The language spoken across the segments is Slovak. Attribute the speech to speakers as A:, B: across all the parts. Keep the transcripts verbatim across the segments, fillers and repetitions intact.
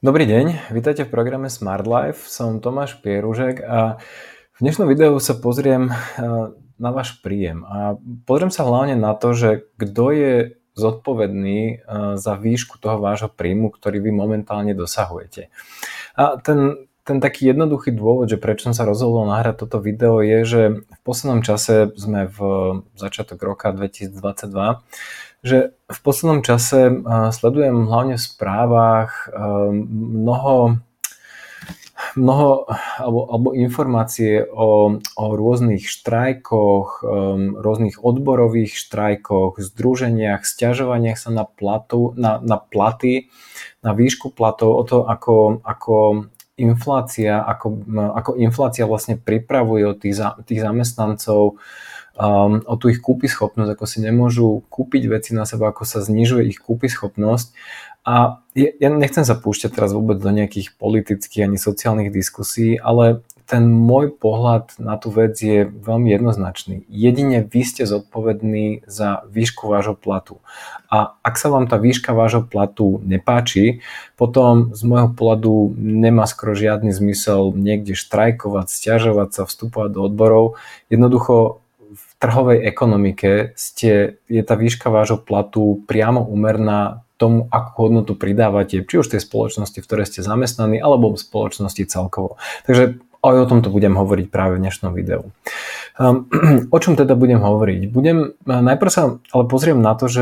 A: Dobrý deň, vítajte v programe Smart Life, som Tomáš Pieružek a v dnešnom videu sa pozriem na váš príjem a pozriem sa hlavne na to, že kto je zodpovedný za výšku toho vášho príjmu, ktorý vy momentálne dosahujete. A ten, ten taký jednoduchý dôvod, že prečo som sa rozhodol nahrať toto video je, že v poslednom čase sme v začiatok roka dvetisícdvadsaťdva, že v poslednom čase sledujem hlavne v správach mnoho, mnoho alebo, alebo informácie o, o rôznych štrajkoch, rôznych odborových štrajkoch, združeniach, sťažovaniach sa na, platu, na, na platy, na výšku platov, o to, ako, ako inflácia, ako, ako inflácia vlastne pripravuje od tých, tých zamestnancov Um, o tú ich kúpyschopnosť, ako si nemôžu kúpiť veci na seba, ako sa znižuje ich kúpyschopnosť. A je, ja nechcem sa púšťať teraz vôbec do nejakých politických ani sociálnych diskusí, ale ten môj pohľad na tú vec je veľmi jednoznačný. Jedine vy ste zodpovední za výšku vášho platu. A ak sa vám tá výška vášho platu nepáči, potom z môjho pohľadu nemá skoro žiadny zmysel niekde štrajkovať, sťažovať sa, vstupovať do odborov. Jednoducho v trhovej ekonomike ste, je tá výška vášho platu priamo úmerná tomu, akú hodnotu pridávate, či už tej spoločnosti, v ktorej ste zamestnaní, alebo v spoločnosti celkovo. Takže aj o tomto budem hovoriť práve v dnešnom videu. Um, o čom teda budem hovoriť? Budem, najprv sa ale pozriem na to, že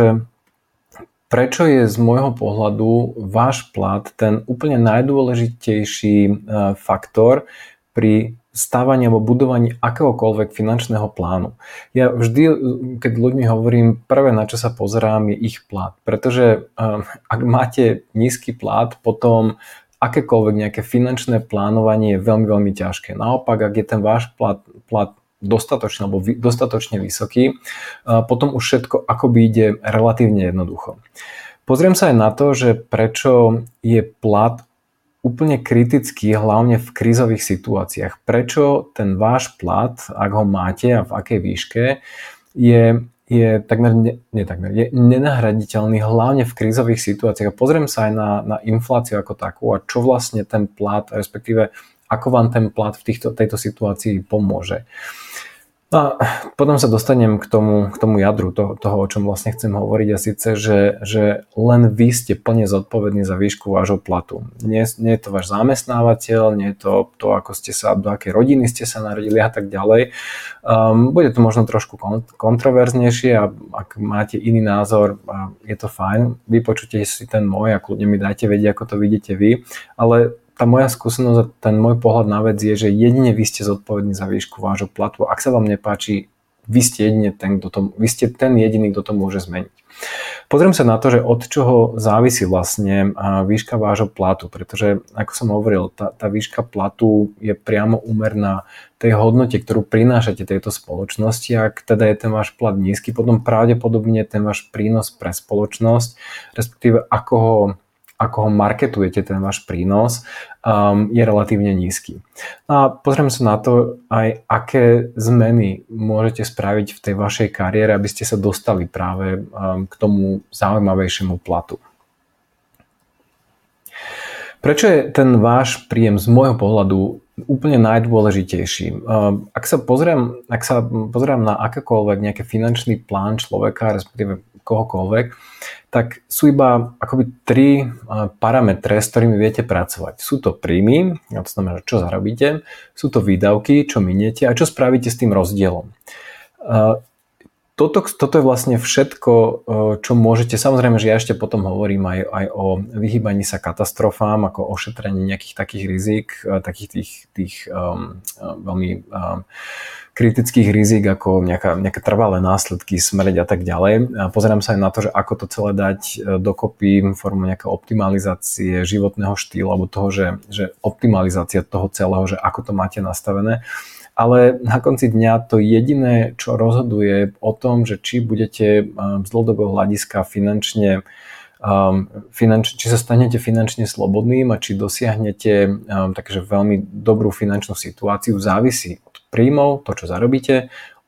A: prečo je z môjho pohľadu váš plat ten úplne najdôležitejší uh, faktor pri stávanie alebo budovanie akéhokoľvek finančného plánu. Ja vždy, keď ľuďmi hovorím, prvé na čo sa pozerám je ich plat, pretože um, ak máte nízky plat, potom akékoľvek nejaké finančné plánovanie je veľmi, veľmi ťažké. Naopak, ak je ten váš plat, plat dostatočne alebo vy, dostatočne vysoký, uh, potom už všetko akoby ide relatívne jednoducho. Pozriem sa aj na to, že prečo je plat úplne kritický, hlavne v krízových situáciách. Prečo ten váš plat, ak ho máte a v akej výške, je, je takmer, ne, nie takmer, je nenahraditeľný, hlavne v krízových situáciách. A pozriem sa aj na, na infláciu ako takú a čo vlastne ten plat, respektíve ako vám ten plat v týchto, tejto situácii pomôže. A potom sa dostanem k tomu, k tomu jadru toho, toho, o čom vlastne chcem hovoriť, a síce, že, že len vy ste plne zodpovední za výšku vášho platu. Nie, nie je to váš zamestnávateľ, nie je to to, ako ste sa, do akej rodiny ste sa narodili a tak ďalej. Um, bude to možno trošku kontroverznejšie a ak máte iný názor, je to fajn. Vypočujte si ten môj a kľudne mi dajte vedieť, ako to vidíte vy, ale tá moja skúsenosť a ten môj pohľad na vec je, že jedine vy ste zodpovední za výšku vášho platu. Ak sa vám nepáči, vy ste, jedine ten, kto to, vy ste ten jediný, kto to môže zmeniť. Pozriem sa na to, že od čoho závisí vlastne výška vášho platu, pretože, ako som hovoril, tá, tá výška platu je priamo úmerná tej hodnote, ktorú prinášate tejto spoločnosti. Ak teda je ten váš plat nízky, potom pravdepodobne ten váš prínos pre spoločnosť, respektíve ako ho ako ho marketujete, ten váš prínos, um, je relatívne nízky. A pozrieme sa na to aj, aké zmeny môžete spraviť v tej vašej kariére, aby ste sa dostali práve um, k tomu zaujímavejšiemu platu. Prečo je ten váš príjem z môjho pohľadu úplne najdôležitejší? Um, ak sa pozriem, ak sa pozriem na akékoľvek nejaký finančný plán človeka, respektíve kohokoľvek, tak sú iba akoby tri parametre, s ktorými viete pracovať. Sú to príjmy, to znamená, čo zarobíte, sú to výdavky, čo miniete a čo spravíte s tým rozdielom. Toto, toto je vlastne všetko, čo môžete, samozrejme, že ja ešte potom hovorím aj, aj o vyhýbaní sa katastrofám, ako ošetrení nejakých takých rizik, takých tých, tých um, veľmi um, kritických rizik, ako nejaká, nejaké trvalé následky, smrť a tak ďalej. A pozerám sa aj na to, že ako to celé dať dokopy formou nejaké optimalizácie životného štýlu, alebo toho, že, že optimalizácia toho celého, že ako to máte nastavené. Ale na konci dňa to jediné, čo rozhoduje o tom, že či budete z dlhodobého hľadiska finančne, um, finanč, či sa stanete finančne slobodným a či dosiahnete um, takže veľmi dobrú finančnú situáciu, závisí od príjmov, to, čo zarobíte,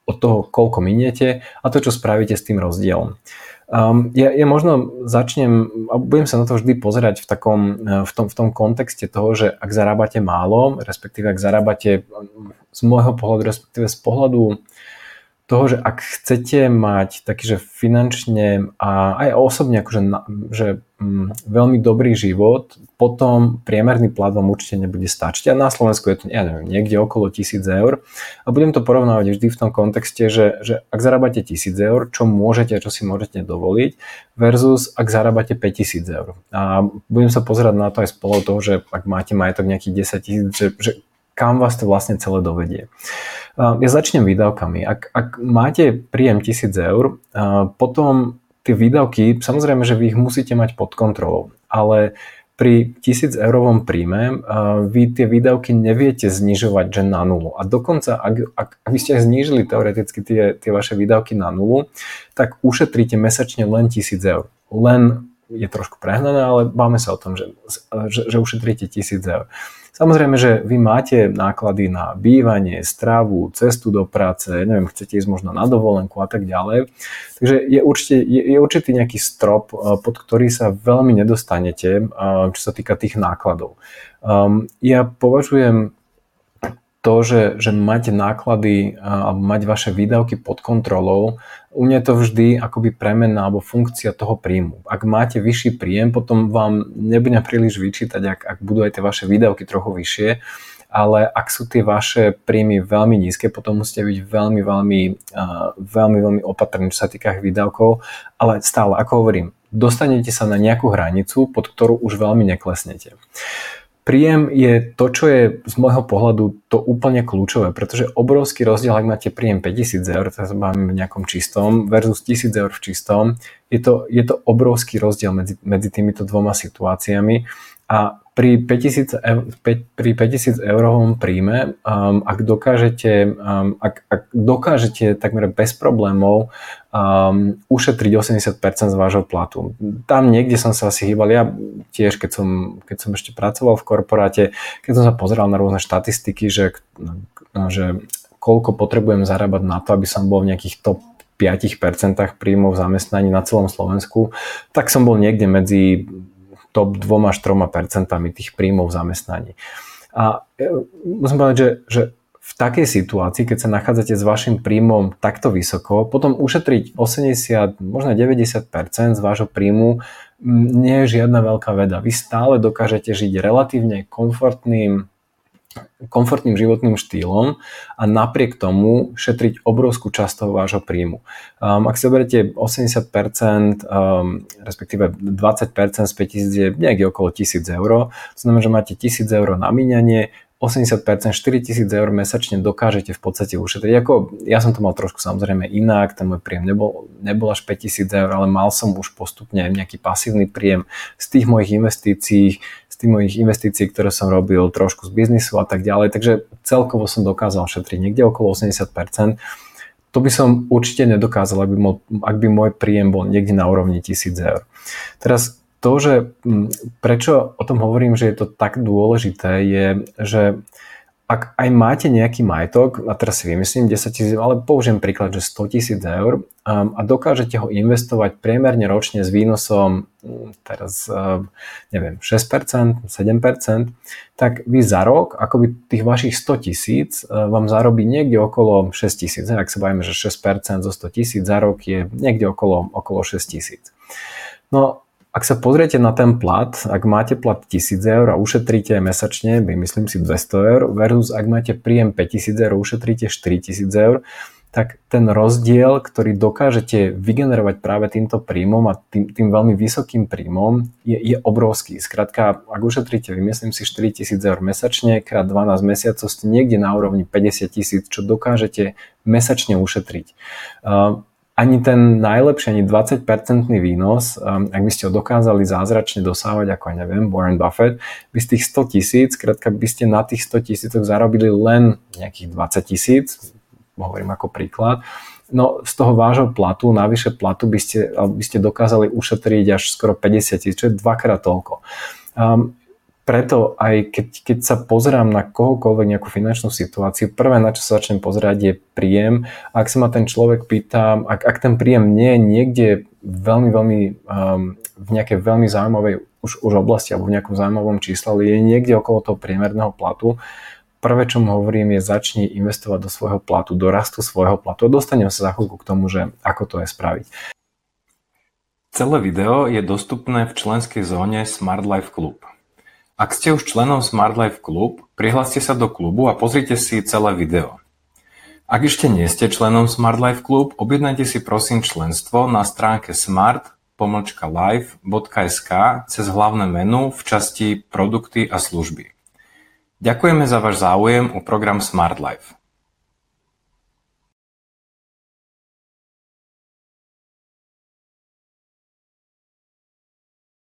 A: od toho, koľko miniete a to, čo spravíte s tým rozdielom. Um, ja, ja možno začnem, a budem sa na to vždy pozerať v takom, v tom, v tom kontexte toho, že ak zarábate málo, respektíve ak zarábate z môjho pohľadu, respektíve z pohľadu toho, že ak chcete mať taký, že finančne a aj osobne akože že, um, veľmi dobrý život, potom priemerný plat vám určite nebude stačiť. A na Slovensku je to, ja neviem, niekde okolo tisíc eur. A budem to porovnávať vždy v tom kontexte, že, že ak zarábate tisíc eur, čo môžete a čo si môžete dovoliť, versus ak zarábate päťtisíc eur. A budem sa pozerať na to aj z pohľadu toho, že ak máte majetok nejakých desaťtisíc, že, že kam vás to vlastne celé dovedie. Ja začnem výdavkami. Ak, ak máte príjem tisíc eur, potom tie výdavky, samozrejme, že vy ich musíte mať pod kontrolou, ale pri tisíc eurovom príjme vy tie výdavky neviete znižovať, že na nulu. A dokonca, ak, ak, ak by ste znížili teoreticky tie, tie vaše výdavky na nulu, tak ušetríte mesačne len tisíc eur. Len je trošku prehnané, ale báme sa o tom, že, že, že ušetríte tisíc eur. Samozrejme, že vy máte náklady na bývanie, stravu, cestu do práce, neviem, chcete ísť možno na dovolenku a tak ďalej. Takže je, určite, je, je určitý nejaký strop, pod ktorý sa veľmi nedostanete, čo sa týka tých nákladov. Ja považujem to, že, že mať náklady alebo mať vaše výdavky pod kontrolou, u mňa je to vždy akoby premenná alebo funkcia toho príjmu. Ak máte vyšší príjem, potom vám nebudem príliš vyčítať, ak, ak budú aj tie vaše výdavky trochu vyššie, ale ak sú tie vaše príjmy veľmi nízke, potom musíte byť veľmi, veľmi, uh, veľmi, veľmi opatrní, čo sa týka výdavkov, ale stále, ako hovorím, dostanete sa na nejakú hranicu, pod ktorú už veľmi neklesnete. Príjem je to, čo je z môjho pohľadu to úplne kľúčové, pretože obrovský rozdiel, ak máte príjem päťtisíc eur, teraz sa bavíme v nejakom čistom, versus tisíc eur v čistom, je to, je to obrovský rozdiel medzi, medzi týmito dvoma situáciami a pri päťtisíc eurovom príjme, um, ak dokážete, um, ak, ak dokážete takmer bez problémov um, ušetriť osemdesiat percent z vášho platu. Tam niekde som sa asi hýbal, ja tiež, keď som, keď som ešte pracoval v korporáte, keď som sa pozeral na rôzne štatistiky, že, že koľko potrebujem zarábať na to, aby som bol v nejakých top päť percent príjmov v zamestnaní na celom Slovensku, tak som bol niekde medzi top dva až tri percentá tých príjmov v zamestnaní. A musím povedať, že, že v takej situácii, keď sa nachádzate s vašim príjmom takto vysoko, potom ušetriť osemdesiat, možno deväťdesiat percent z vášho príjmu nie je žiadna veľká veda. Vy stále dokážete žiť relatívne komfortným komfortným životným štýlom a napriek tomu šetriť obrovskú časť toho vášho príjmu. Um, ak si zoberiete osemdesiat percent, um, respektíve dvadsať percent z päťtisíc je niekde okolo tisíc eur, to znamená, že máte tisíc eur na míňanie, osemdesiat percent, štyritisíc eur mesačne dokážete v podstate ušetriť. Ako, ja som to mal trošku samozrejme inak, ten môj príjem nebol, nebol až päťtisíc eur, ale mal som už postupne nejaký pasívny príjem z tých mojich investícií, z tých mojich investícií, ktoré som robil trošku z biznisu a tak ďalej. Takže celkovo som dokázal šetriť niekde okolo osemdesiat percent. To by som určite nedokázal, ak by, môj, ak by môj príjem bol niekde na úrovni tisíc eur. Teraz to, že prečo o tom hovorím, že je to tak dôležité, je, že ak aj máte nejaký majetok, a teraz si vymyslím desaťtisíc, ale použijem príklad, že stotisíc eur um, a dokážete ho investovať priemerne ročne s výnosom teraz, um, neviem, šesť percent, sedem percent, tak vy za rok, akoby tých vašich sto tisíc uh, vám zarobí niekde okolo šesť tisíc. Ak sa bavíme, že šesť percent zo sto tisíc za rok je niekde okolo, okolo šesť tisíc. No, ak sa pozriete na ten plat, ak máte plat tisíc eur a ušetríte mesačne, myslím si dvesto eur, versus ak máte príjem päťtisíc eur a ušetríte štyritisíc eur, tak ten rozdiel, ktorý dokážete vygenerovať práve týmto príjmom a tým, tým veľmi vysokým príjmom je, je obrovský. Skrátka, ak ušetríte, myslím si štyritisíc eur mesačne, krát dvanásť mesiacov ste niekde na úrovni päťdesiat tisíc, čo dokážete mesačne ušetriť. Uh, Ani ten najlepší, ani dvadsať percentný výnos, um, ak by ste ho dokázali zázračne dosávať, ako ja neviem, Warren Buffett, by z tých sto tisíc, krátka by ste na tých sto tisícoch zarobili len nejakých dvadsať tisíc, hovorím ako príklad, no z toho vášho platu, navyše platu by ste, by ste dokázali ušetriť až skoro päťdesiat tisíc, čo je dvakrát toľko. Um, preto aj keď, keď sa pozerám na kohokoľvek nejakú finančnú situáciu, prvé na čo sa začnem pozerať je príjem. Ak sa ma ten človek pýta, ak, ak ten príjem nie je niekde veľmi, veľmi um, v nejakej veľmi zaujímavej už, už oblasti alebo v nejakom zaujímavom čísle, ale je niekde okolo toho priemerného platu, prvé, čo mu hovorím, je začni investovať do svojho platu, do rastu svojho platu. A dostanem sa za chvíľku k tomu, že ako to je spraviť. Celé video je dostupné v členskej zóne Smart Life Club. Ak ste už členom Smart Life Club, prihláste sa do klubu a pozrite si celé video. Ak ešte nie ste členom Smart Life Club, objednajte si prosím členstvo na stránke smart pomlčka life bodka es ká cez hlavné menu v časti Produkty a služby. Ďakujeme za váš záujem o program Smart Life.